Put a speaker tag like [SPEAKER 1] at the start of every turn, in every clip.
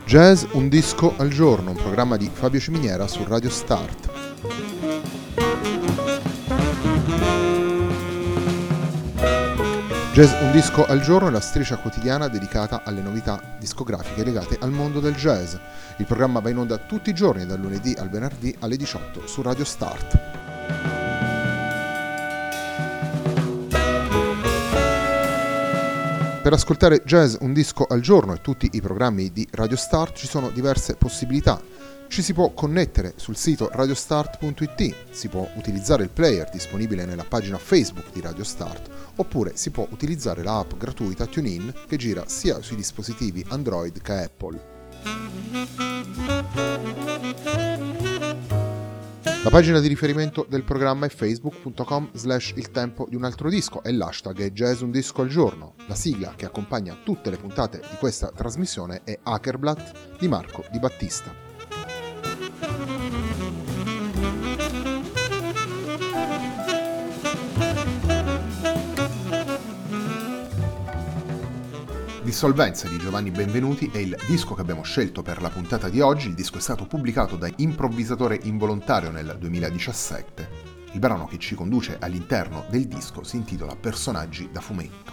[SPEAKER 1] Jazz un disco al giorno, un programma di Fabio Ciminiera su Radio Start. Jazz un disco al giorno è la striscia quotidiana dedicata alle novità discografiche legate al mondo del jazz. Il programma va in onda tutti i giorni, dal lunedì al venerdì alle 18 su Radio Start. Per ascoltare Jazz un disco al giorno e tutti i programmi di Radio Start ci sono diverse possibilità. Ci si può connettere sul sito radiostart.it, si può utilizzare il player disponibile nella pagina Facebook di Radio Start, oppure si può utilizzare la app gratuita TuneIn che gira sia sui dispositivi Android che Apple. La pagina di riferimento del programma è facebook.com/il tempo di un altro disco e l'hashtag è Jazz un disco al giorno. La sigla che accompagna tutte le puntate di questa trasmissione è Hackerblatt di Marco Di Battista. Dissolvenza di Giovanni Benvenuti è il disco che abbiamo scelto per la puntata di oggi. Il disco è stato pubblicato da Improvvisatore Involontario nel 2017. Il brano che ci conduce all'interno del disco si intitola Personaggi da fumetto.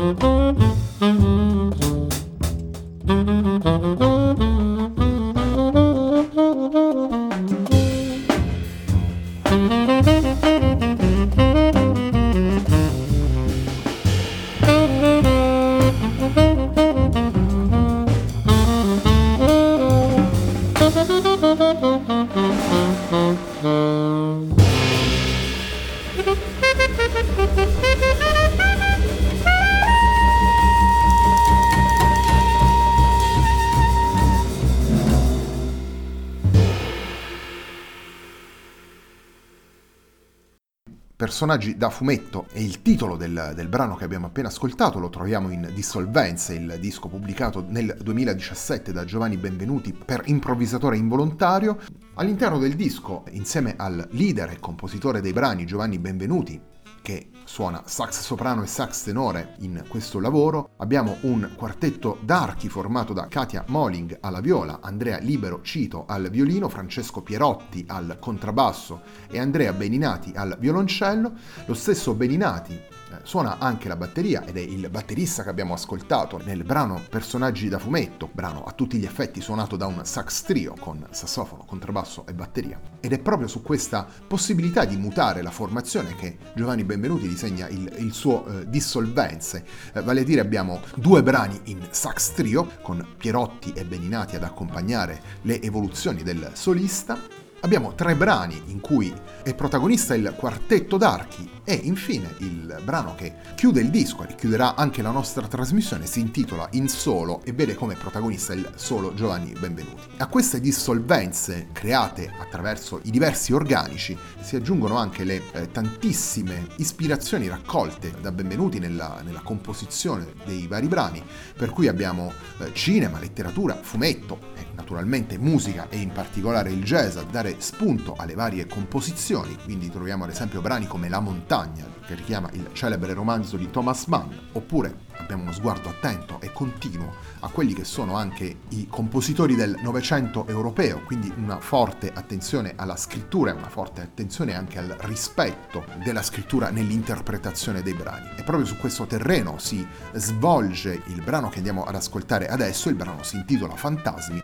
[SPEAKER 1] Personaggi da fumetto è il titolo del brano che abbiamo appena ascoltato, lo troviamo in Dissolvenze, il disco pubblicato nel 2017 da Giovanni Benvenuti per Improvvisatore Involontario. All'interno del disco, insieme al leader e compositore dei brani Giovanni Benvenuti, che suona sax soprano e sax tenore in questo lavoro, abbiamo un quartetto d'archi formato da Katia Moling alla viola, Andrea Libero Cito al violino, Francesco Pierotti al contrabbasso e Andrea Beninati al violoncello. Lo stesso Beninati suona anche la batteria ed è il batterista che abbiamo ascoltato nel brano Personaggi da fumetto, brano a tutti gli effetti suonato da un sax trio con sassofono, contrabbasso e batteria. Ed è proprio su questa possibilità di mutare la formazione che Giovanni Benvenuti disegna il suo Dissolvenze, vale a dire abbiamo 2 brani in sax trio con Pierotti e Beninati ad accompagnare le evoluzioni del solista. Abbiamo 3 brani in cui è protagonista il quartetto d'archi e infine il brano che chiude il disco e chiuderà anche la nostra trasmissione si intitola In Solo e vede come protagonista il solo Giovanni Benvenuti. A queste dissolvenze create attraverso i diversi organici si aggiungono anche le tantissime ispirazioni raccolte da Benvenuti nella composizione dei vari brani, per cui abbiamo cinema, letteratura, fumetto e naturalmente musica e in particolare il jazz a dare spunto alle varie composizioni, quindi troviamo ad esempio brani come La montagna, che richiama il celebre romanzo di Thomas Mann, oppure abbiamo uno sguardo attento e continuo a quelli che sono anche i compositori del Novecento europeo, quindi una forte attenzione alla scrittura e una forte attenzione anche al rispetto della scrittura nell'interpretazione dei brani. E proprio su questo terreno si svolge il brano che andiamo ad ascoltare adesso, il brano si intitola Fantasmi.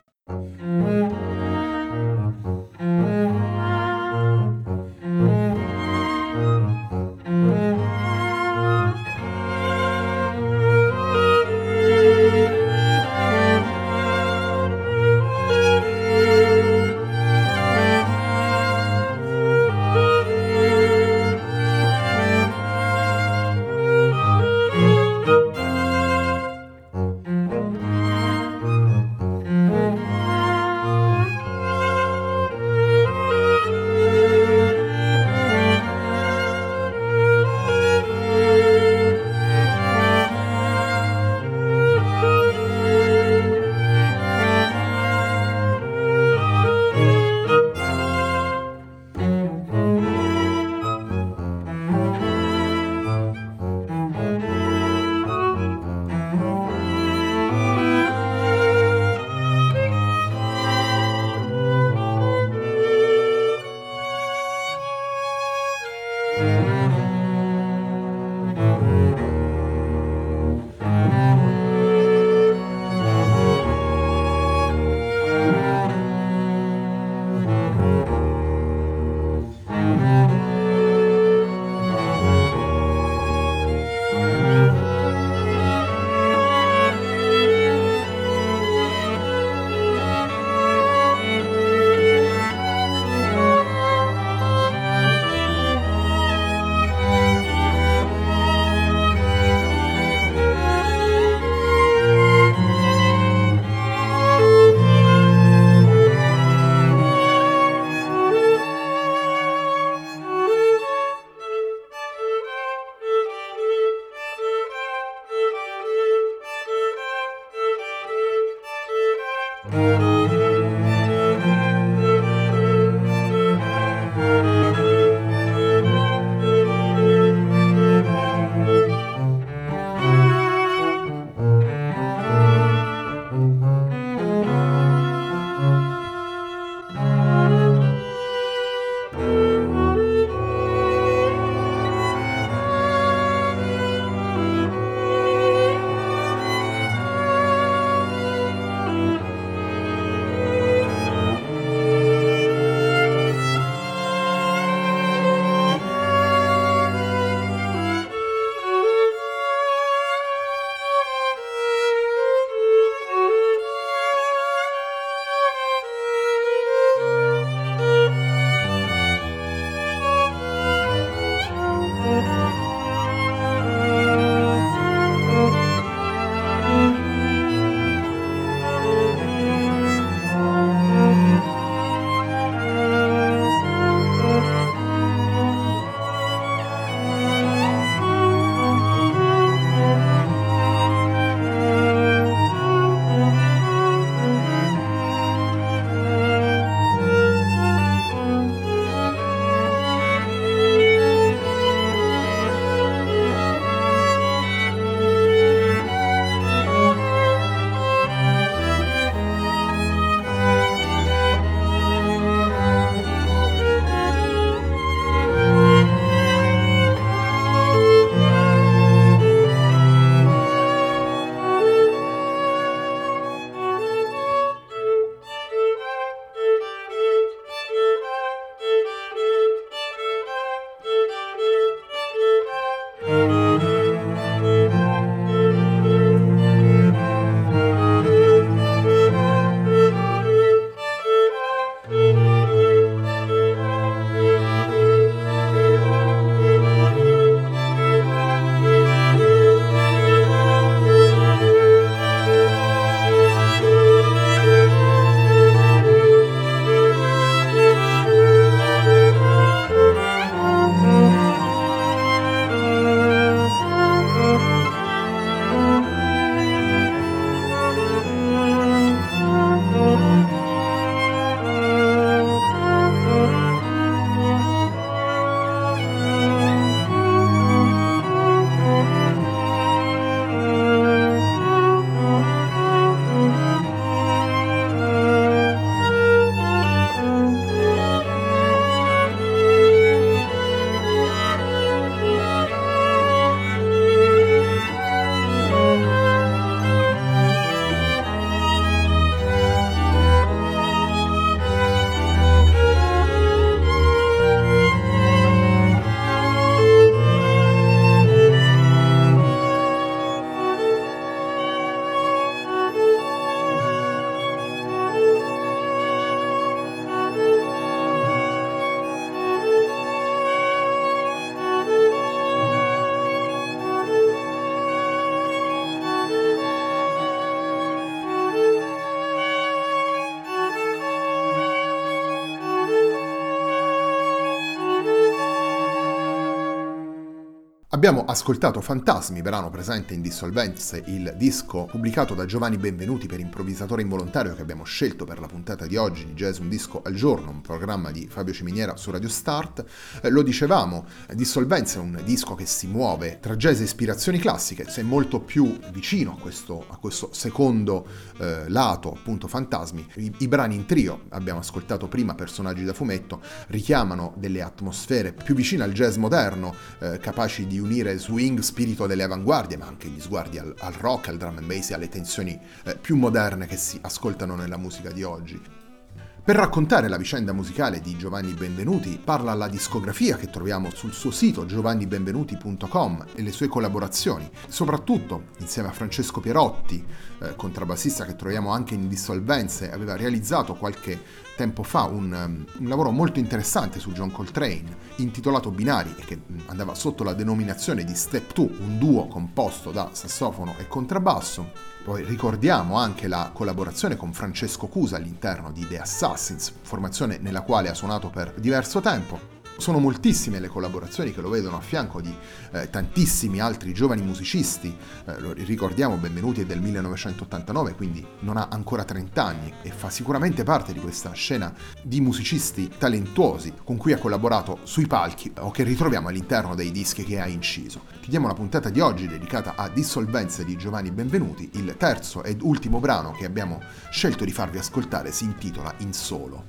[SPEAKER 1] Abbiamo ascoltato Fantasmi, brano presente in Dissolvenze, il disco pubblicato da Giovanni Benvenuti per improvvisatore involontario che abbiamo scelto per la puntata di oggi di Jazz Un Disco al Giorno, un programma di Fabio Ciminiera su Radio Start. Lo dicevamo, Dissolvenze è un disco che si muove tra jazz e ispirazioni classiche, se molto più vicino a questo secondo lato, appunto Fantasmi. I brani in trio, abbiamo ascoltato prima Personaggi da fumetto, richiamano delle atmosfere più vicine al jazz moderno, capaci di unire swing, spirito delle avanguardie, ma anche gli sguardi al rock, al drum and bass e alle tensioni più moderne che si ascoltano nella musica di oggi. Per raccontare la vicenda musicale di Giovanni Benvenuti parla la discografia che troviamo sul suo sito giovannibenvenuti.com e le sue collaborazioni, soprattutto insieme a Francesco Pierotti, contrabbassista che troviamo anche in Dissolvenze, aveva realizzato qualche tempo fa un lavoro molto interessante su John Coltrane, intitolato Binari, e che andava sotto la denominazione di Step 2, un duo composto da sassofono e contrabbasso. Poi ricordiamo anche la collaborazione con Francesco Cusa all'interno di The Assassins, formazione nella quale ha suonato per diverso tempo. Sono moltissime le collaborazioni che lo vedono a fianco di tantissimi altri giovani musicisti. Lo ricordiamo, Benvenuti è del 1989, quindi non ha ancora 30 anni e fa sicuramente parte di questa scena di musicisti talentuosi con cui ha collaborato sui palchi o che ritroviamo all'interno dei dischi che ha inciso. Chiudiamo la puntata di oggi dedicata a Dissolvenze di Giovanni Benvenuti. Il terzo ed ultimo brano che abbiamo scelto di farvi ascoltare si intitola In Solo.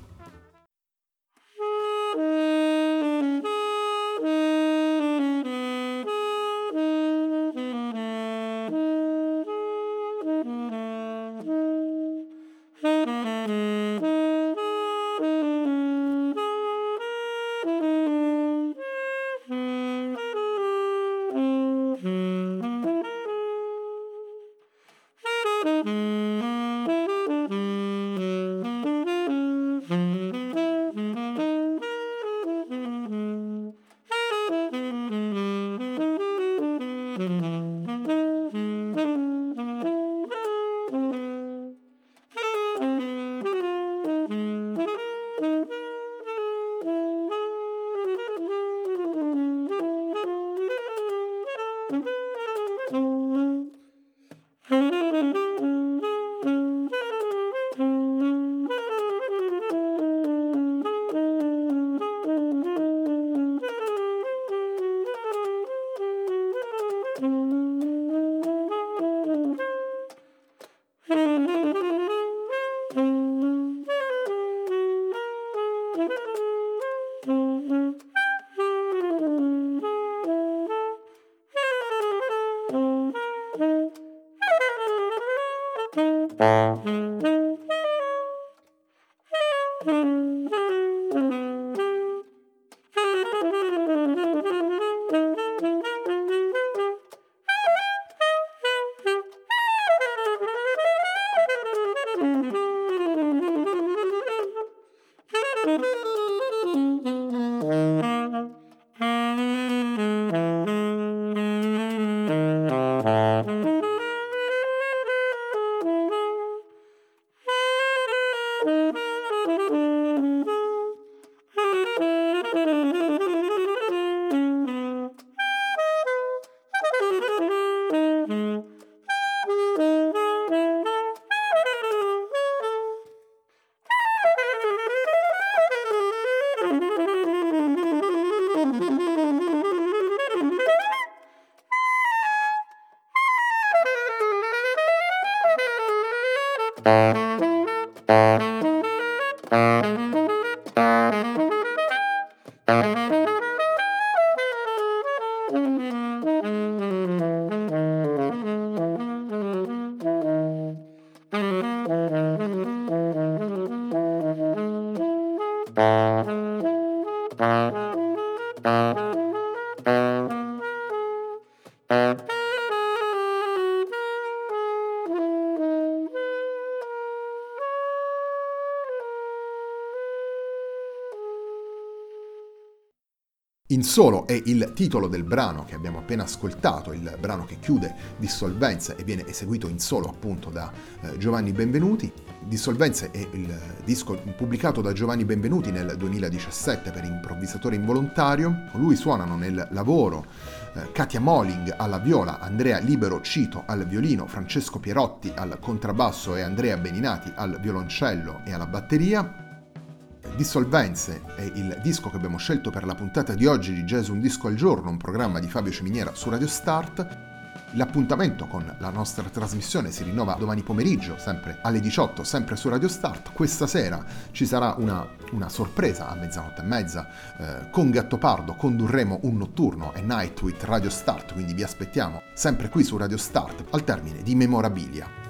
[SPEAKER 1] In solo è il titolo del brano che abbiamo appena ascoltato, il brano che chiude Dissolvenze e viene eseguito in solo appunto da Giovanni Benvenuti. Dissolvenze è il disco pubblicato da Giovanni Benvenuti nel 2017 per Improvvisatore Involontario. Con lui suonano nel lavoro Katia Moling alla viola, Andrea Libero Cito al violino, Francesco Pierotti al contrabbasso e Andrea Beninati al violoncello e alla batteria. Dissolvenze è il disco che abbiamo scelto per la puntata di oggi di Jazz Un Disco al Giorno, un programma di Fabio Ciminiera su Radio Start. L'appuntamento con la nostra trasmissione si rinnova domani pomeriggio, sempre alle 18, sempre su Radio Start. Questa sera ci sarà una sorpresa a 00:30. Con Gattopardo condurremo un notturno e Night with Radio Start, quindi vi aspettiamo sempre qui su Radio Start al termine di Memorabilia.